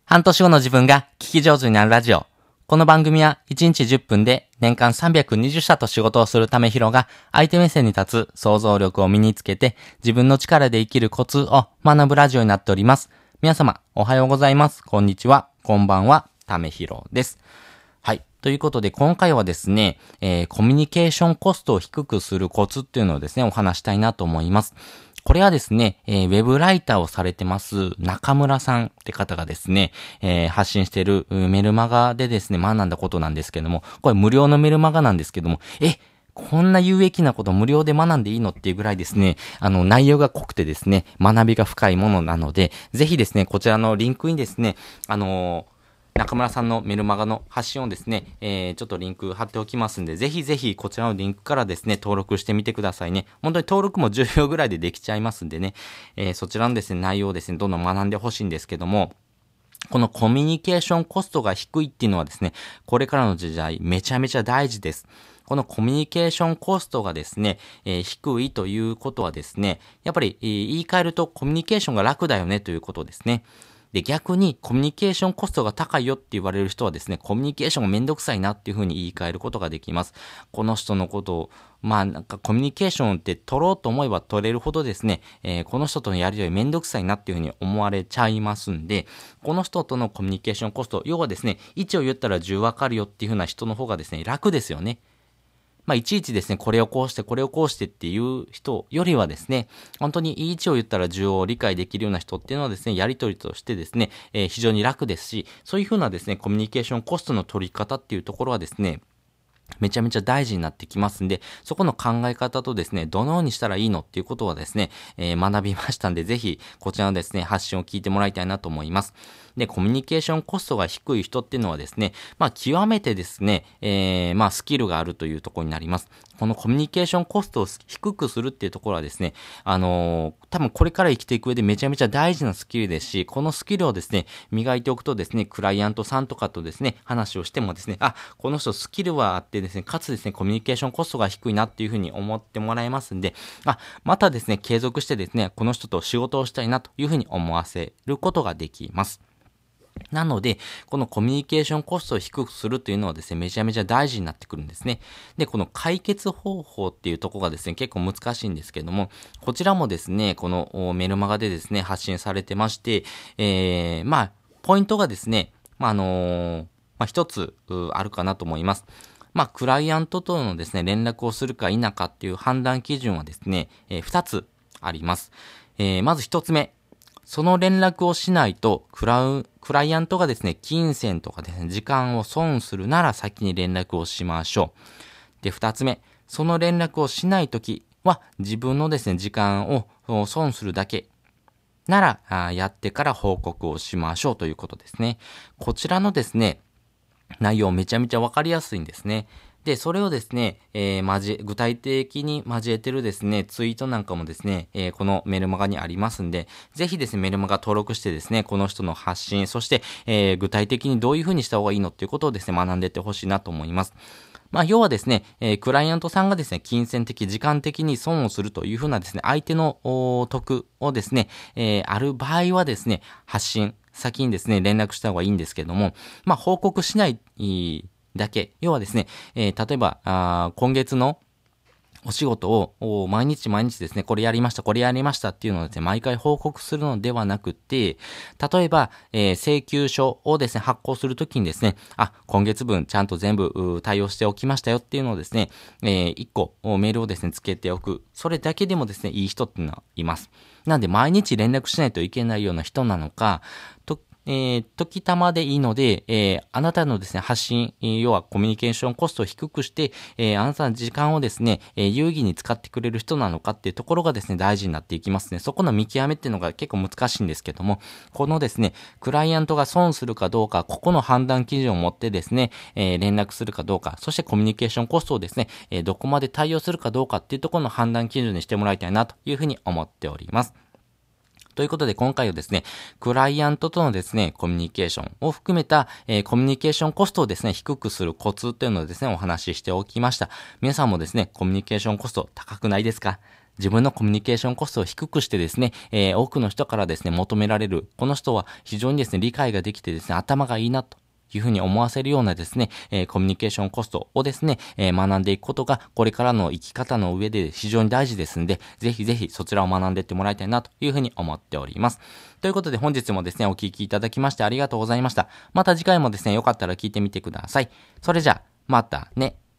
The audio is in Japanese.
半年後の自分が聞き上手になるラジオ。この番組は1日10分で年間320社と仕事をするためひろが相手目線に立つ想像力を身につけて自分の力で生きるコツを学ぶラジオになっております。皆様おはようございます。こんにちは。こんばんは。ためひろです。はい。ということで今回はですね、コミュニケーションコストを低くするコツっていうのをですね、お話したいなと思います。これはですね、ウェブライターをされてます中村さんって方がですね、発信しているメルマガでですね、学んだことなんですけども、これ無料のメルマガなんですけども、こんな有益なこと無料で学んでいいのっていうぐらいですね、内容が濃くてですね、学びが深いものなので、ぜひですね、こちらのリンクにですね、中村さんのメルマガの発信をですね、ちょっとリンク貼っておきますんで、ぜひぜひこちらのリンクからですね、登録してみてくださいね。本当に登録も10秒ぐらいでできちゃいますんでね、そちらのですね、内容をですね、どんどん学んでほしいんですけども、このコミュニケーションコストが低いっていうのはですね、これからの時代めちゃめちゃ大事です。このコミュニケーションコストがですね、低いということはですね、やっぱり、言い換えるとコミュニケーションが楽だよねということですね。で、逆にコミュニケーションコストが高いよって言われる人はですね、コミュニケーションがめんどくさいなっていうふうに言い換えることができます。この人のことを、コミュニケーションって取ろうと思えば取れるほどですね、この人とのやりとりめんどくさいなっていうふうに思われちゃいますんで、この人とのコミュニケーションコスト、要はですね、1を言ったら10わかるよっていうふうな人の方がですね、楽ですよね。いちいちですね、これをこうして、これをこうしてっていう人よりはですね、本当に1を言ったら10を理解できるような人っていうのはですね、やり取りとしてですね、非常に楽ですし、そういうふうなですね、コミュニケーションコストの取り方っていうところはですね、めちゃめちゃ大事になってきますんで、そこの考え方とですね、どのようにしたらいいのっていうことはですね、学びましたんで、ぜひ、こちらのですね、発信を聞いてもらいたいなと思います。で、コミュニケーションコストが低い人っていうのはですね、極めてですね、スキルがあるというところになります。このコミュニケーションコストを低くするっていうところはですね、多分これから生きていく上でめちゃめちゃ大事なスキルですし、このスキルをですね、磨いておくとですね、クライアントさんとかとですね、話をしてもですね、この人スキルはあってですね、かつですね、コミュニケーションコストが低いなっていうふうに思ってもらえますんで、またですね、継続してですね、この人と仕事をしたいなというふうに思わせることができます。なので、このコミュニケーションコストを低くするというのはですね、めちゃめちゃ大事になってくるんですね。で、この解決方法っていうところがですね、結構難しいんですけども、こちらもですね、このメルマガでですね、発信されてまして、ポイントがですね、一つあるかなと思います。クライアントとのですね、連絡をするか否かっていう判断基準はですね、二つあります。まず一つ目。その連絡をしないと、クライアントがですね、金銭とかですね、時間を損するなら先に連絡をしましょう。で、二つ目。その連絡をしないときは、自分のですね、時間を損するだけなら、やってから報告をしましょうということですね。こちらのですね、内容めちゃめちゃわかりやすいんですね。で、それをですね、具体的に交えてるですね、ツイートなんかもですね、このメルマガにありますんで、ぜひですね、メルマガ登録してですね、この人の発信、そして、具体的にどういう風にした方がいいのっていうことをですね、学んでいってほしいなと思います。要はですね、クライアントさんがですね、金銭的、時間的に損をするという風なですね、相手の得をですね、ある場合はですね、先にですね、連絡した方がいいんですけども、報告しないだけ。要はですね、例えば、今月のお仕事を毎日ですね、これやりましたっていうのをですね、毎回報告するのではなくて、例えば、請求書をですね、発行するときにですね、今月分ちゃんと全部対応しておきましたよっていうのをですね、1個メールをですね、つけておく。それだけでもですね、いい人っていうのはいます。なんで毎日連絡しないといけないような人なのか、時たまでいいので、あなたのですね、発信、要はコミュニケーションコストを低くして、あなたの時間をですね、有意義に使ってくれる人なのかっていうところがですね、大事になっていきますね。そこの見極めっていうのが結構難しいんですけども、このですね、クライアントが損するかどうか、ここの判断基準を持ってですね、連絡するかどうか、そしてコミュニケーションコストをですね、どこまで対応するかどうかっていうところの判断基準にしてもらいたいなというふうに思っております。ということで今回はですね、クライアントとのですね、コミュニケーションを含めた、コミュニケーションコストをですね、低くするコツというのをですね、お話ししておきました。皆さんもですね、コミュニケーションコスト高くないですか？ 自分のコミュニケーションコストを低くしてですね、多くの人からですね、求められる、この人は非常にですね、理解ができてですね、頭がいいなというふうに思わせるようなですね、コミュニケーションコストをですね、学んでいくことが、これからの生き方の上で非常に大事ですんで、ぜひぜひそちらを学んでいってもらいたいなというふうに思っております。ということで本日もですね、お聞きいただきましてありがとうございました。また次回もですね、よかったら聞いてみてください。それじゃあ、またね。